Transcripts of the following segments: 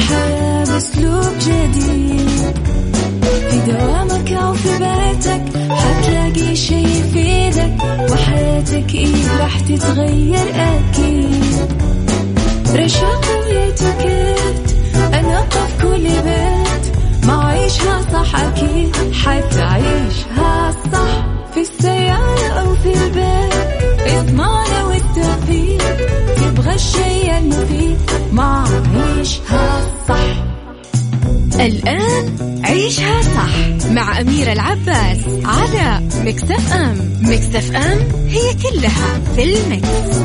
الحياة بأسلوب جديد. في دوامك أو في بيتك حتلاقي شي يفيدك، وحياتك راح تتغير أكيد. رشاق ويتوكيت أنا قف كل بيت، ما عيشها صح أكيد حتعيشها صح. في السيارة أو في البيت اسمعنا والتوفيق، تبغى الشيء المفيد ما عيشها صح. الآن عيشها صح مع أميرة العباس على ميكس اف ام. ميكس اف ام هي كلها في الميكس.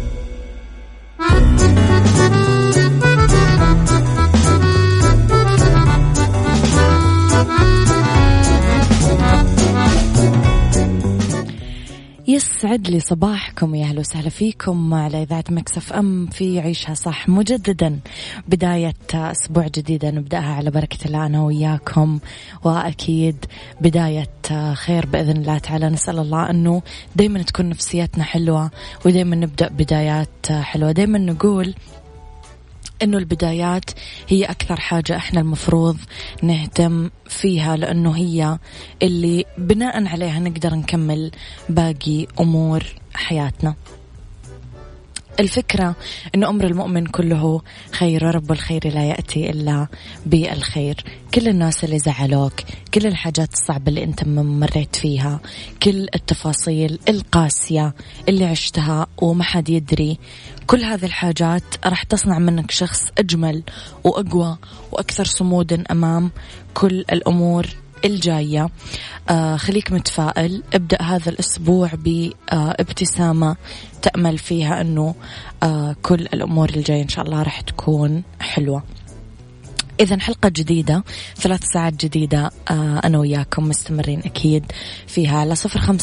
يسعد لي صباحكم، يا أهلا وسهلا فيكم على إذاعة ميكس اف ام في عيشها صح. مجددا بداية أسبوع جديدة نبدأها على بركة الله أنا وياكم، وأكيد بداية خير بإذن الله تعالى. نسأل الله أنه دايما تكون نفسياتنا حلوة، ودايما نبدأ بدايات حلوة. دايما نقول إنه البدايات هي أكثر حاجة إحنا المفروض نهتم فيها، لأنه هي اللي بناء عليها نقدر نكمل باقي أمور حياتنا. الفكرة إنه أمر المؤمن كله خير، ورب الخير لا يأتي إلا بالخير. كل الناس اللي زعلوك، كل الحاجات الصعبة اللي أنت مريت فيها، كل التفاصيل القاسية اللي عشتها وما حد يدري، كل هذه الحاجات راح تصنع منك شخص أجمل وأقوى وأكثر صمودا أمام كل الأمور الجاية. خليك متفائل، ابدأ هذا الأسبوع بابتسامة تأمل فيها أنه كل الأمور الجاية إن شاء الله راح تكون حلوة. إذن حلقة جديدة، 3 ساعات جديدة، أنا وياكم مستمرين أكيد فيها على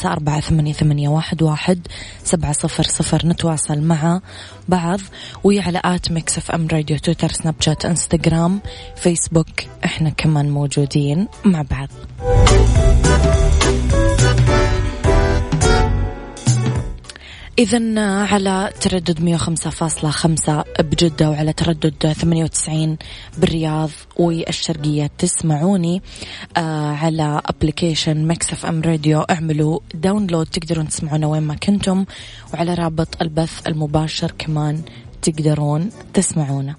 0548811700. نتواصل مع بعض ويا على آت ميكس اف ام راديو، تويتر، سناب شات، انستغرام، فيسبوك، إحنا كمان موجودين مع بعض. إذن على تردد 105.5 بجدة، وعلى تردد 98 بالرياض والشرقية تسمعوني على أبليكيشن ميكس اف ام راديو. اعملوا داونلود، تقدرون تسمعونا وين ما كنتم، وعلى رابط البث المباشر كمان تقدرون تسمعونا.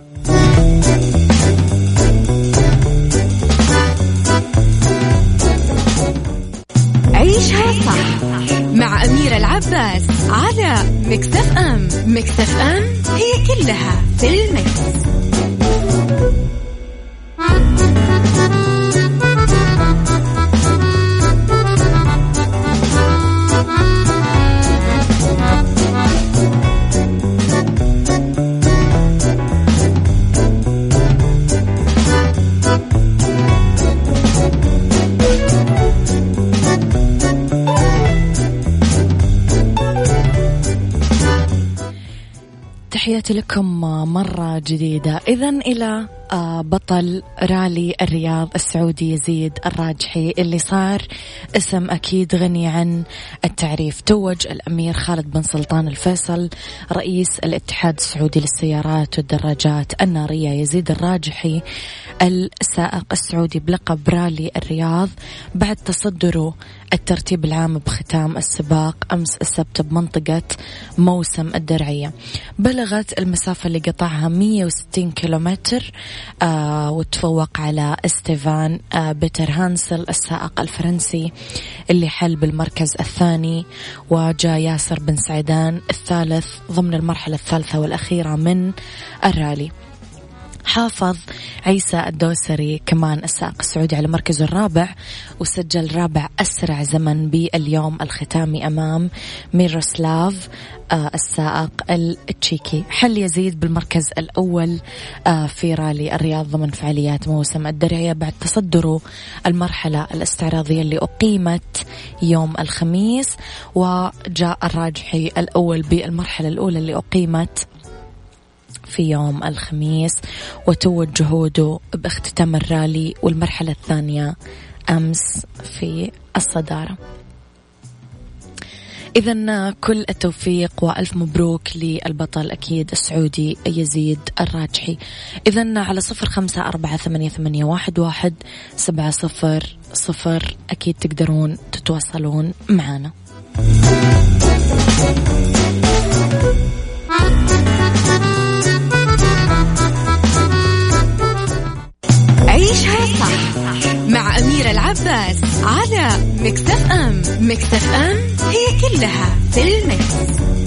عيشها صح مع أميرة العباس على ميكس اف ام. ميكس اف ام هي كلها في الميكس. تحياتي لكم مرة جديدة. إذن إلى بطل رالي الرياض السعودي يزيد الراجحي، اللي صار اسم أكيد غني عن التعريف. توج الأمير خالد بن سلطان الفيصل رئيس الاتحاد السعودي للسيارات والدراجات النارية يزيد الراجحي السائق السعودي بلقب رالي الرياض بعد تصدره الترتيب العام بختام السباق أمس السبت بمنطقة موسم الدرعية. بلغت المسافة اللي قطعها 160 كيلومتر، وتفوق على استيفان بيتر هانسل السائق الفرنسي اللي حل بالمركز الثاني، وجاء ياسر بن سعيدان الثالث ضمن المرحلة الثالثة والأخيرة من الرالي. حافظ عيسى الدوسري كمان السائق السعودي على مركزه الرابع، وسجل رابع أسرع زمن باليوم الختامي أمام ميروسلاف السائق التشيكي. حل يزيد بالمركز الأول في رالي الرياض ضمن فعاليات موسم الدرعية بعد تصدره المرحلة الاستعراضية اللي أقيمت يوم الخميس، وجاء الراجحي الأول بالمرحلة الأولى اللي أقيمت في يوم الخميس، وتوج جهوده باختتام الرالي والمرحلة الثانية أمس في الصدارة. إذن كل التوفيق وألف مبروك للبطل أكيد السعودي يزيد الراجحي. إذن على 0548811700 أكيد تقدرون تتواصلون معنا. عيشها صح مع أميرة العباس على ميكس اف ام. ميكس اف ام هي كلها في الميكس.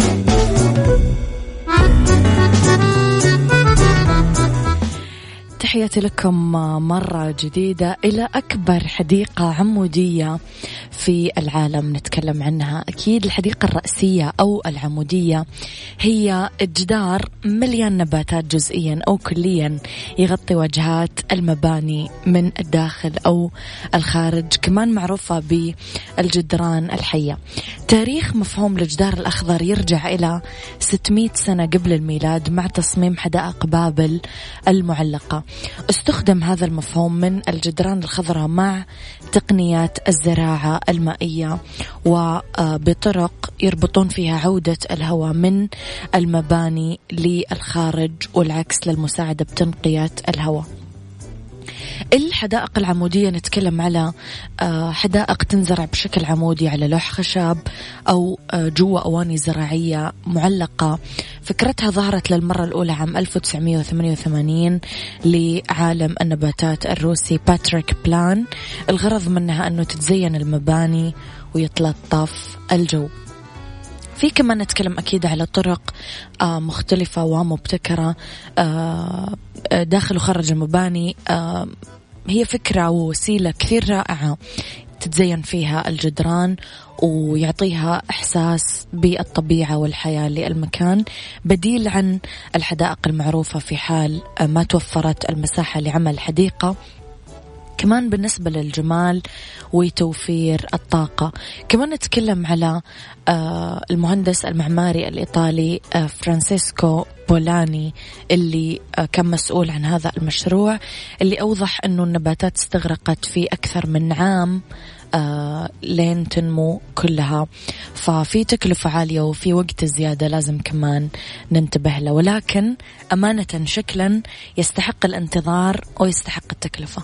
تحياتي لكم مرة جديدة إلى أكبر حديقة عمودية في العالم نتكلم عنها. أكيد الحديقة الرئيسية أو العمودية هي جدار مليان نباتات جزئيا أو كليا يغطي واجهات المباني من الداخل أو الخارج، كمان معروفة بالجدران الحية. تاريخ مفهوم الجدار الأخضر يرجع إلى 600 سنة قبل الميلاد مع تصميم حدائق بابل المعلقة. استخدم هذا المفهوم من الجدران الخضراء مع تقنيات الزراعة المائية وبطرق يربطون فيها عودة الهواء من المباني للخارج والعكس للمساعدة بتنقية الهواء. الحدائق العمودية نتكلم على حدائق تنزرع بشكل عمودي على لوح خشب أو جوا أواني زراعية معلقة. فكرتها ظهرت للمرة الأولى عام 1988 لعالم النباتات الروسي باتريك بلان. الغرض منها أنه تتزين المباني ويتلطف الجو. في كمان نتكلم أكيد على طرق مختلفة ومبتكرة داخل وخارج المباني. هي فكرة ووسيلة كثير رائعة تتزين فيها الجدران ويعطيها إحساس بالطبيعة والحياة للمكان، بديل عن الحدائق المعروفة في حال ما توفرت المساحة لعمل حديقة. كمان بالنسبة للجمال وتوفير الطاقة. كمان نتكلم على المهندس المعماري الإيطالي فرانسيسكو بولاني اللي كان مسؤول عن هذا المشروع، اللي أوضح أنه النباتات استغرقت في أكثر من عام لين تنمو كلها. ففي تكلفة عالية وفي وقت زيادة لازم كمان ننتبه له، ولكن أمانة شكلا يستحق الانتظار ويستحق التكلفة.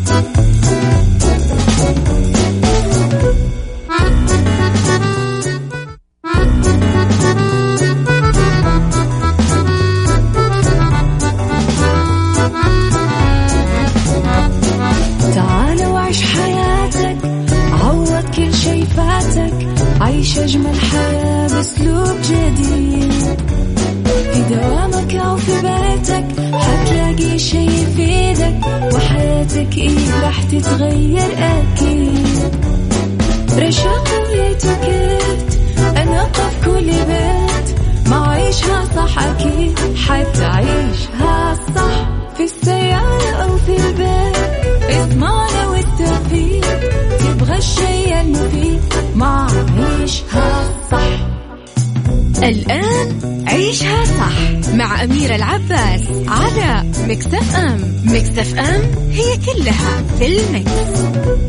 تعال وعيش حياتك، عوض كل شي فاتك، عيش أجمل حياة بأسلوب جديد. في دوامك أو في بيتك حتلاقي شي يفيدك، وحياتك إيه راح تتغير أكيد. رشاق ويتوكيت أنا قف كل بيت، ما عيشها صح أكيد حتعيشها صح. في السيارة أو في البيت اسمعنا والتوفيق، تبغى الشي المفيد ما عيشها صح. الآن عيشها صح مع أميرة العباس على ميكس اف ام. ميكس اف ام هي كلها في الميكس.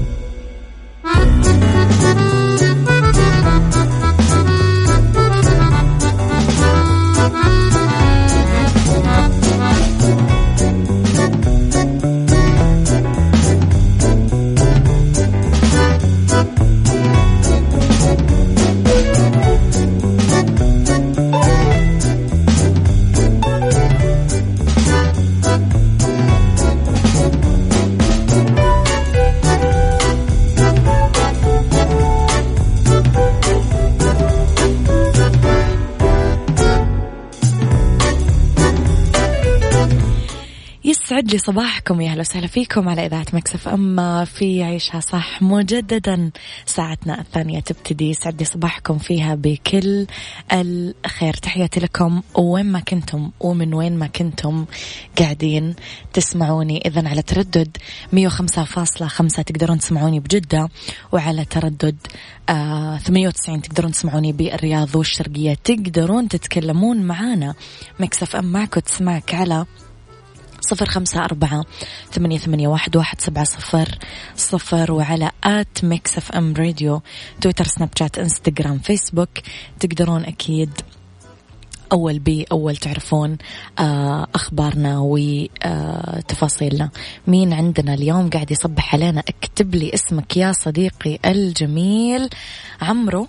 يسعد لي صباحكم، يا أهلا وسهلا فيكم على إذاعة ميكس اف ام في عيشها صح. مجددا ساعتنا الثانية تبتدي، يسعد لي صباحكم فيها بكل الخير. تحياتي لكم وين ما كنتم ومن وين ما كنتم قاعدين تسمعوني. إذن على تردد 105.5 تقدرون تسمعوني بجدة، وعلى تردد 98 تقدرون تسمعوني بالرياض والشرقية. تقدرون تتكلمون معانا. ميكس اف ام معك وتسمعك على 0548811700 وعلى @mixfmradio تويتر سناب شات إنستغرام فيسبوك. تقدرون أكيد أول بأول تعرفون أخبارنا وتفاصيلنا. مين عندنا اليوم قاعد يصبح علينا؟ اكتب لي اسمك يا صديقي الجميل. عمرو،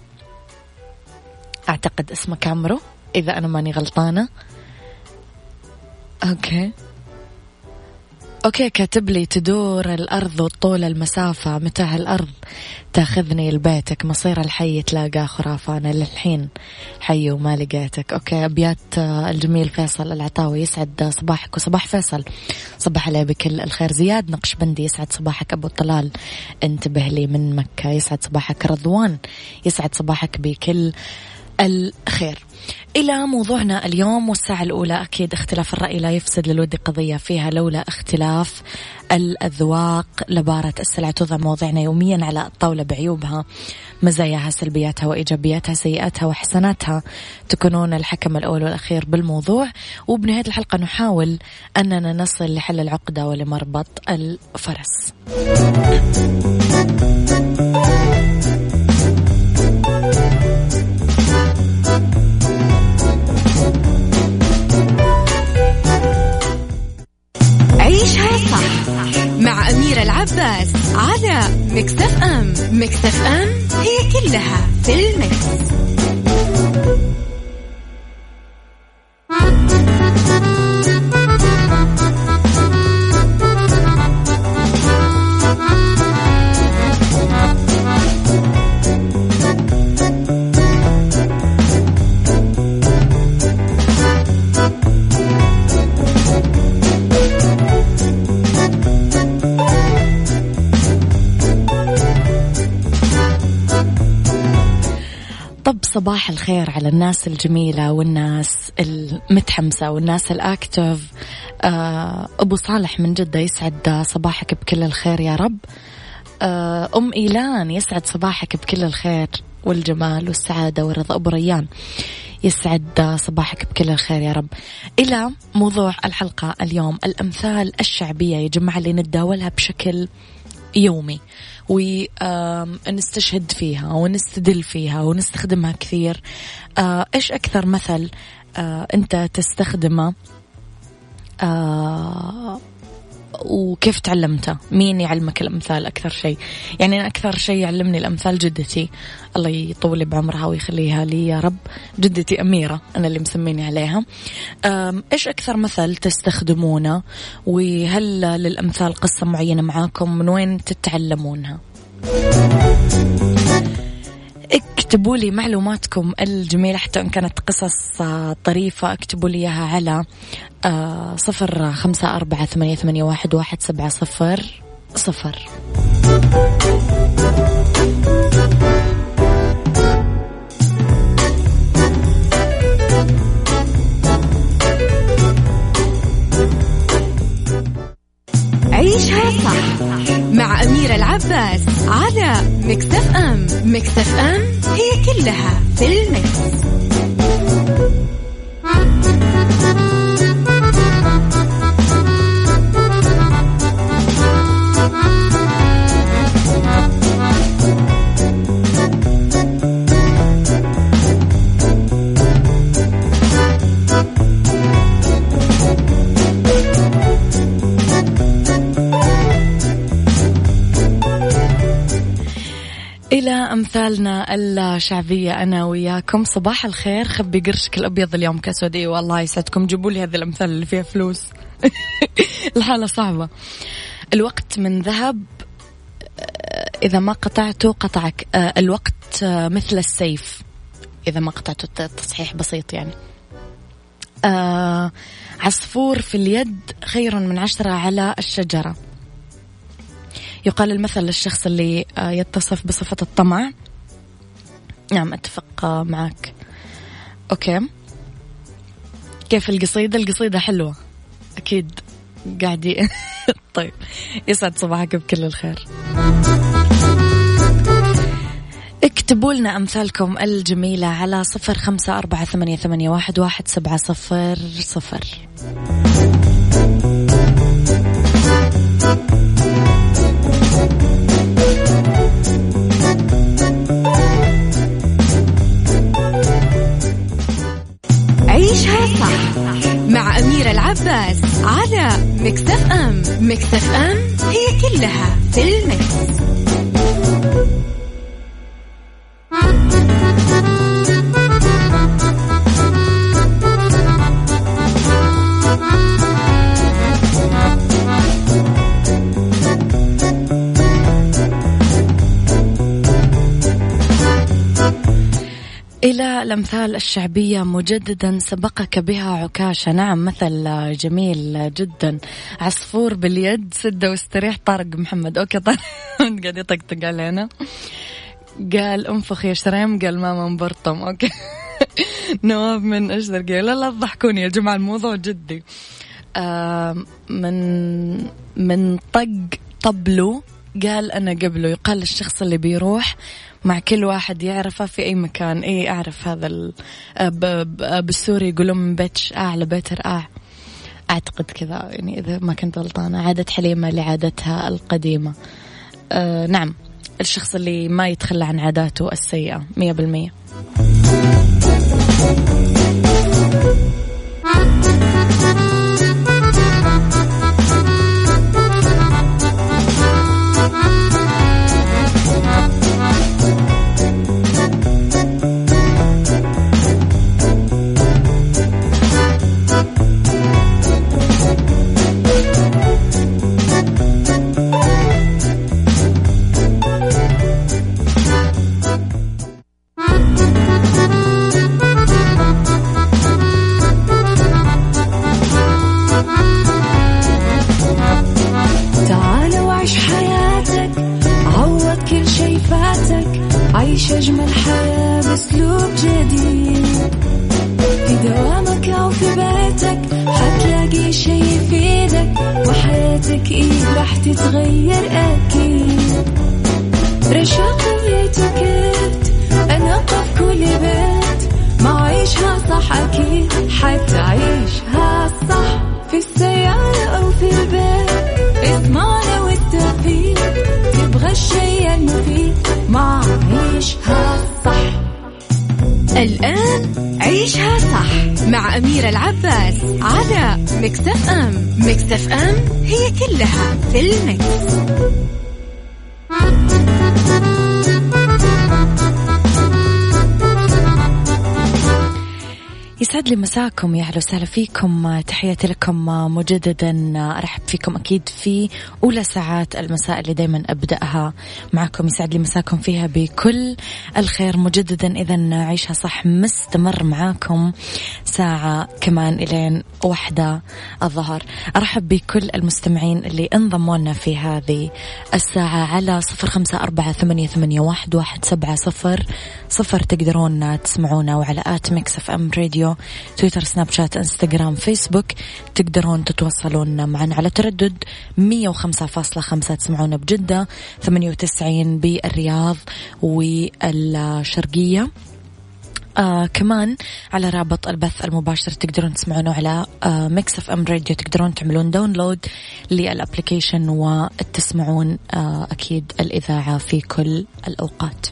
أعتقد اسمك عمرو إذا أنا ماني غلطانة. أوكي كاتب لي تدور الأرض وطول المسافة، متى هالأرض تاخذني لبيتك، مصير الحي تلاقى خرافة، أنا للحين حي وما لقيتك. أوكي أبيات الجميل فيصل العطاوي، يسعد صباحك وصباح فيصل، صباح عليه بكل الخير. زياد نقشبندي، يسعد صباحك. أبو طلال انتبه لي من مكة، يسعد صباحك. رضوان، يسعد صباحك بكل الخير. إلى موضوعنا اليوم والساعة الأولى. أكيد اختلاف الرأي لا يفسد للود قضية، فيها لولا اختلاف الأذواق لبارة السلع. توضع مواضيعنا يوميا على الطاولة بعيوبها، مزاياها، سلبياتها وإيجابياتها، سيئاتها وحسناتها، تكونون الحكم الأول والأخير بالموضوع. وبنهاية الحلقة نحاول أننا نصل لحل العقدة ولمربط الفرس. عيشها صح مع أميرة العباس على ميكس اف ام. ميكس اف ام هي كلها في الميكس. صباح الخير على الناس الجميلة والناس المتحمسة والناس الأكتف. أبو صالح من جدة، يسعد صباحك بكل الخير يا رب. أم إيلان، يسعد صباحك بكل الخير والجمال والسعادة والرضا. أبو ريان، يسعد صباحك بكل الخير يا رب. إلى موضوع الحلقة اليوم، الأمثال الشعبية يا جماعة اللي نتداولها بشكل يومي ونستشهد فيها ونستدل فيها ونستخدمها كثير. إيش أكثر مثل أنت تستخدمه وكيف تعلمته؟ مين يعلمك الأمثال أكثر شيء؟ يعني أنا أكثر شيء يعلمني الأمثال جدتي، الله يطول بعمرها ويخليها لي يا رب، جدتي أميرة أنا اللي مسميني عليها. إيش أكثر مثل تستخدمونه؟ وهل للأمثال قصة معينة معاكم؟ من وين تتعلمونها؟ اكتبوا لي معلوماتكم الجميلة، حتى إن كانت قصص طريفة اكتبوا لي إياها على 0548811700. عيشها صح مع أميرة العباس على ميكس اف ام. ميكس اف ام هي كلها في الميكس. إلى أمثالنا الشعبية أنا وياكم. صباح الخير، خبي قرشك الأبيض اليوم كأسود. إيه والله يسعدكم، جيبوا لي هذه الأمثال اللي فيها فلوس. الحالة صعبة. الوقت من ذهب، إذا ما قطعته قطعك. الوقت مثل السيف، إذا ما قطعته، تصحيح بسيط يعني. عصفور في اليد خير من 10 على الشجرة. يقال المثل للشخص اللي يتصف بصفة الطمع. نعم أتفق معك. أوكي، كيف القصيدة؟ القصيدة حلوة أكيد قاعدي. طيب، يسعد صباحك بكل الخير. اكتبوا لنا أمثالكم الجميلة على 0548811700. ميكس اف ام هي كلها في الميكس. إلى الأمثال الشعبية مجددا سبقك بها عكاشة. نعم، مثل جميل جدا. عصفور باليد سده واستريح. طارق محمد. أوكي طارق قاعد يطقطق علينا. قال انفخ يا شريم. قال ماما مبرطم. أوكي. نواف من أشدر قال لا تضحكوني يا جماعة الموضوع جدي. من طق طبلو قال أنا قبله. يقال للشخص اللي بيروح مع كل واحد يعرفه في أي مكان. إيه أعرف هذا بالسوري يقولون من بيتش أعلى بيت رقاع. أعتقد كذا يعني إذا ما كنت غلطانة. عادة حليمة لعادتها القديمة. نعم، الشخص اللي ما يتخلى عن عاداته السيئة 100%. عيش أجمل حياة بأسلوب جديد في دوامك أو في بيتك حتلاقي شي يفيدك وحياتك إيه راح تتغير أكيد. رشاق ويتوكيت أنا قف كل بيت ما عيشها صح أكيد حتعيشها صح في السيارة أو في البيت. اسمعنا والتوفيق تبغى الشيء المفيد ما عيشها صح. الآن عيشها صح مع أميرة العباس على ميكس اف ام. ميكس اف ام هي كلها في الميكس. يسعد لي مساكم، يا أهلا وسهلا فيكم. تحياتي لكم مجددا. أرحب فيكم أكيد في أولى ساعات المساء اللي دايما أبدأها معكم. يسعد لي مساكم فيها بكل الخير مجددا. إذن عيشها صح مستمر معاكم ساعة كمان إلين 1 الظهر. أرحب بكل المستمعين اللي انضمونا في هذه الساعة على 0548811700. تقدرون تسمعونا وعلى ميكس اف ام راديو، تويتر، سناب شات، انستغرام، فيسبوك. تقدرون تتواصلون معنا على تردد 105.5 تسمعونا بجدة، 98 بالرياض والشرقية. كمان على رابط البث المباشر تقدرون تسمعونه على ميكس اف ام راديو. تقدرون تعملون داونلود للابليكيشن وتسمعون أكيد الإذاعة في كل الأوقات.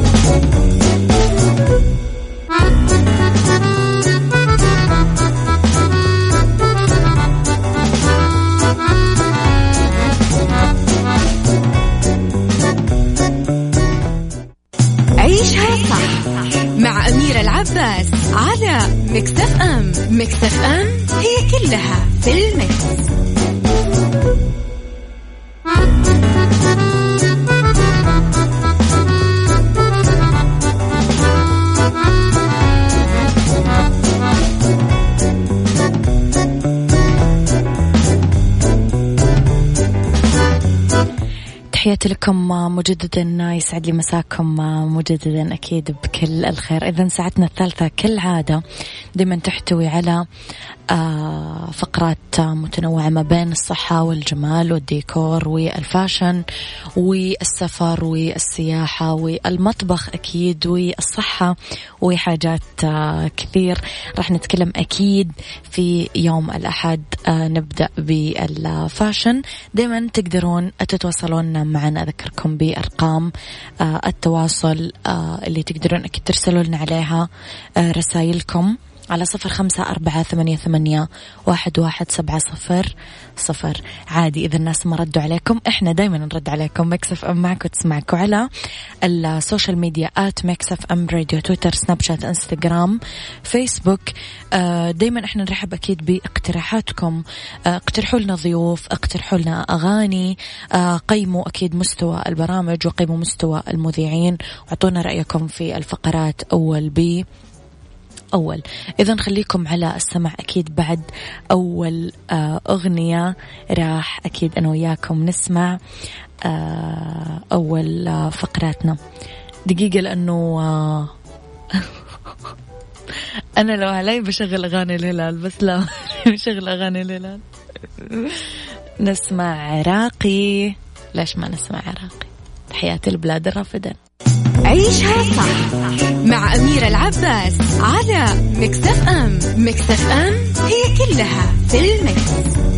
عيشها صح مع أميرة العباس على ميكس اف ام. ميكس اف ام هي كلها في الميكس. تحياتي لكم مجددا. يسعد لي مساكم مجددا أكيد بكل الخير. إذن ساعتنا الثالثة كالعادة دايما تحتوي على فقرات متنوعة ما بين الصحة والجمال والديكور والفاشن والسفر والسياحة والمطبخ أكيد والصحة وحاجات كثير. راح نتكلم أكيد في يوم الأحد. نبدأ بالفاشن. دايما تقدرون تتواصلون معنا. أذكركم بأرقام التواصل اللي تقدرون أكيد ترسلوا لنا عليها رسائلكم على 0548811700. عادي إذا الناس ما ردوا عليكم، إحنا دايما نرد عليكم. ميكس اف ام معك وتسمعكوا على السوشيال ميديا @ميكس اف ام راديو، تويتر، سناب شات، انستغرام، فيسبوك. دايما إحنا نرحب أكيد باقتراحاتكم. اقترحوا لنا ضيوف، اقترحوا لنا أغاني، قيموا أكيد مستوى البرامج وقيموا مستوى المذيعين، وعطونا رأيكم في الفقرات أول. إذن خليكم على السمع أكيد بعد أول أغنية راح أكيد أنا وياكم نسمع أول فقراتنا. دقيقة لأنه أنا لو علي بشغل أغاني الهلال، بس لا بشغل أغاني الهلال. نسمع عراقي، ليش ما نسمع عراقي؟ تحياتي البلاد الرافدة. عيشها صح مع أميرة العباس على ميكس اف ام. ميكس اف ام هي كلها في الميكس.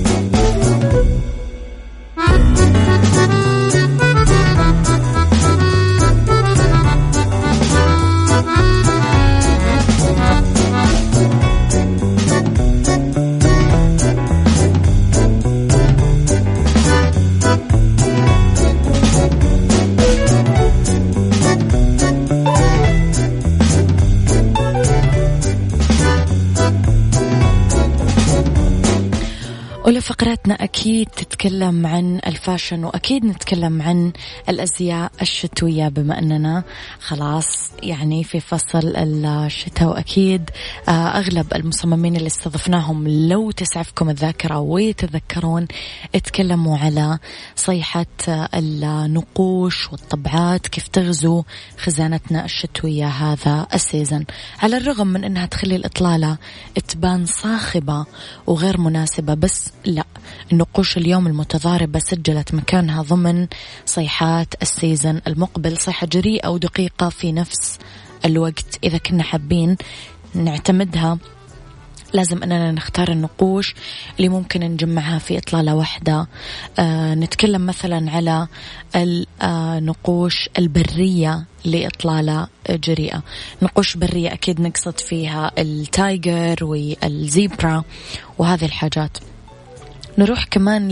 أولى فقراتنا أكيد تتكلم عن الفاشن، وأكيد نتكلم عن الأزياء الشتوية بما أننا خلاص يعني في فصل الشتاء. وأكيد أغلب المصممين اللي استضفناهم لو تسعفكم الذاكرة ويتذكرون اتكلموا على صيحة النقوش والطبعات كيف تغزو خزانتنا الشتوية هذا السيزن، على الرغم من أنها تخلي الإطلالة تبان صاخبة وغير مناسبة. بس لا، النقوش اليوم المتضاربة سجلت مكانها ضمن صيحات السيزن المقبل، صيحة جريئة ودقيقة في نفس الوقت. إذا كنا حابين نعتمدها لازم أننا نختار النقوش اللي ممكن نجمعها في إطلالة واحدة. نتكلم مثلا على النقوش البرية لإطلالة جريئة. نقوش برية أكيد نقصد فيها التايجر والزيبرا وهذه الحاجات. نروح كمان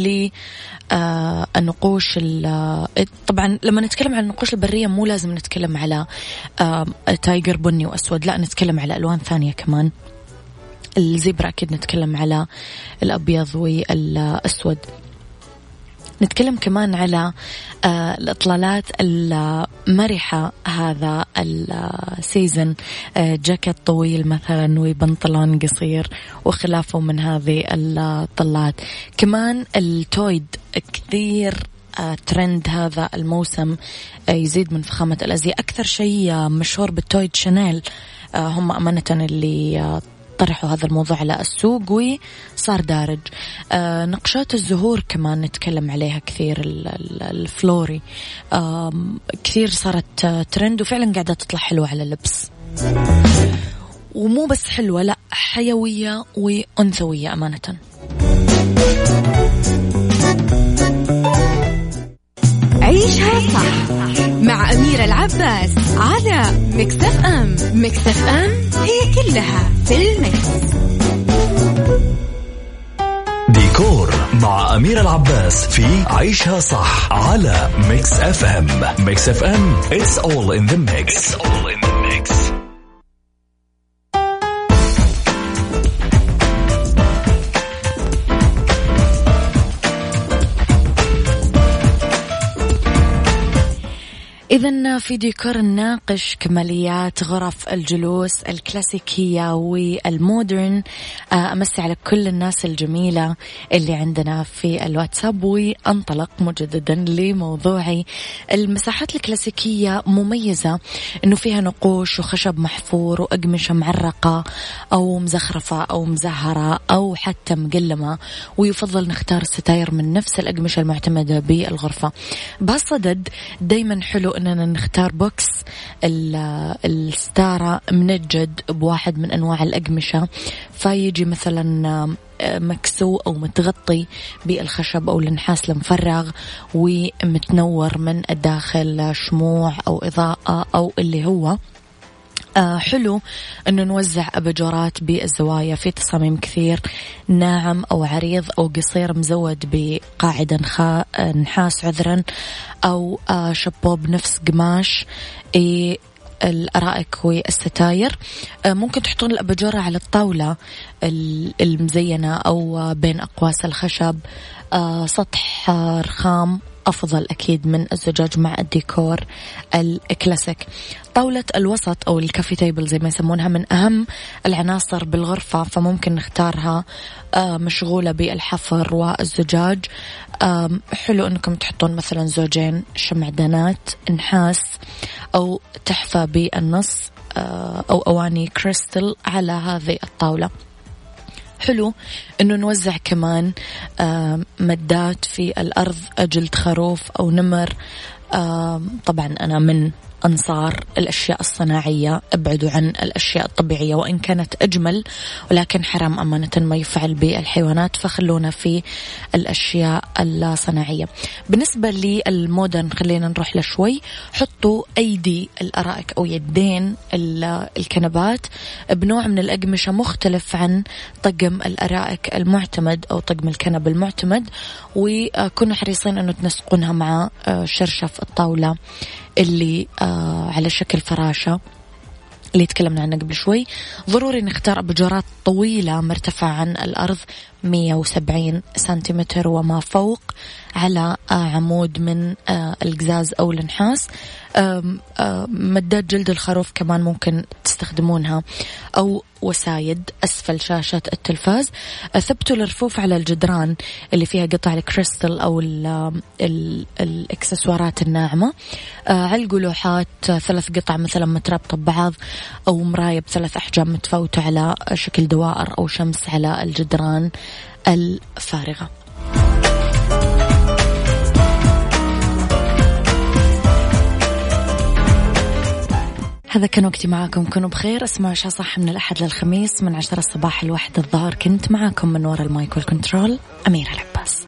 للنقوش طبعا لما نتكلم عن النقوش البرية مو لازم نتكلم على تايجر بني وأسود، لا نتكلم على ألوان ثانية كمان. الزيبرا أكيد نتكلم على الأبيض والأسود. نتكلم كمان على الإطلالات المرحة هذا السيزن، جاكيت طويل مثلا وبنطلون قصير وخلافه من هذه الطلات. كمان التويد كثير ترند هذا الموسم، يزيد من فخامة الأزياء. أكثر شيء مشهور بالتويد شانيل، هم أمانة اللي طرحوا هذا الموضوع على السوق وصار دارج. نقشات الزهور كمان نتكلم عليها كثير، الفلوري كثير صارت ترند وفعلا قاعدة تطلع حلوة على اللبس، ومو بس حلوة، لا حيوية وأنثوية أمانة. عيشها صح مع أميرة العباس على ميكس اف ام. ميكس اف ام هي كلها في الميكس. ديكور مع أميرة العباس في عيشها صح على ميكس اف ام. ميكس اف ام it's all in the mix. إذن في ديكور نناقش كماليات غرف الجلوس الكلاسيكية والمودرن. أمسي على كل الناس الجميلة اللي عندنا في الواتساب، وأنطلق مجددا لموضوعي. المساحات الكلاسيكية مميزة إنه فيها نقوش وخشب محفور وأقمشة معرقة أو مزخرفة أو مزهرة أو حتى مقلمة، ويفضل نختار الستاير من نفس الأقمشة المعتمدة بالغرفة. بهالصدد دايما حلو أننا نختار بوكس الستارة منجد بواحد من أنواع الأقمشة، فيجي مثلا مكسو أو متغطي بالخشب أو النحاس المفرغ ومتنور من الداخل شموع أو إضاءة أو اللي هو حلو أنه نوزع أباجورات بالزوايا في تصاميم كثير، ناعم أو عريض أو قصير مزود بقاعدة نحاس أو شابو بنفس قماش الأرائك والستاير. ممكن تحطون الأباجورة على الطاولة المزينة أو بين أقواس الخشب، سطح رخام أفضل أكيد من الزجاج مع الديكور الكلاسيك. طاولة الوسط أو الكافي تيبل زي ما يسمونها من أهم العناصر بالغرفة، فممكن نختارها مشغولة بالحفر والزجاج. حلو أنكم تحطون مثلا زوجين شمعدانات نحاس أو تحفة بالنص أو أواني كريستال على هذه الطاولة. حلو أنه نوزع كمان مدات في الأرض، جلد خروف أو نمر. طبعا أنا من أنصار الأشياء الصناعية، ابعدوا عن الأشياء الطبيعية وإن كانت أجمل، ولكن حرام أمانة ما يفعل بالحيوانات، فخلونا في الأشياء الصناعية. بالنسبة للمودرن خلينا نروح لشوي، حطوا أيدي الأرائك أو يدين الكنبات بنوع من الأقمشة مختلف عن طقم الأرائك المعتمد أو طقم الكنب المعتمد، وكونوا حريصين أنه تنسقونها مع شرشف الطاولة اللي على شكل فراشة اللي تكلمنا عنه قبل شوي. ضروري نختار أباجورات طويلة مرتفعة عن الأرض 170 سنتيمتر وما فوق على عمود من القزاز أو النحاس. مدات جلد الخروف كمان ممكن تستخدمونها أو وسايد أسفل شاشة التلفاز. ثبتوا الرفوف على الجدران اللي فيها قطع الكريستال أو الإكسسوارات الناعمة. علقوا لوحات 3 قطع مثلا مترابطة ببعض أو مراية ب3 أحجام متفاوتة على شكل دوائر أو شمس على الجدران الفارغة. هذا كان وقتي معاكم، كونوا بخير. اسمعوا عشاء صح من الأحد للخميس من 10 الصباح ل1 الظهر. كنت معاكم من وراء المايك والكنترول أميرة العباس.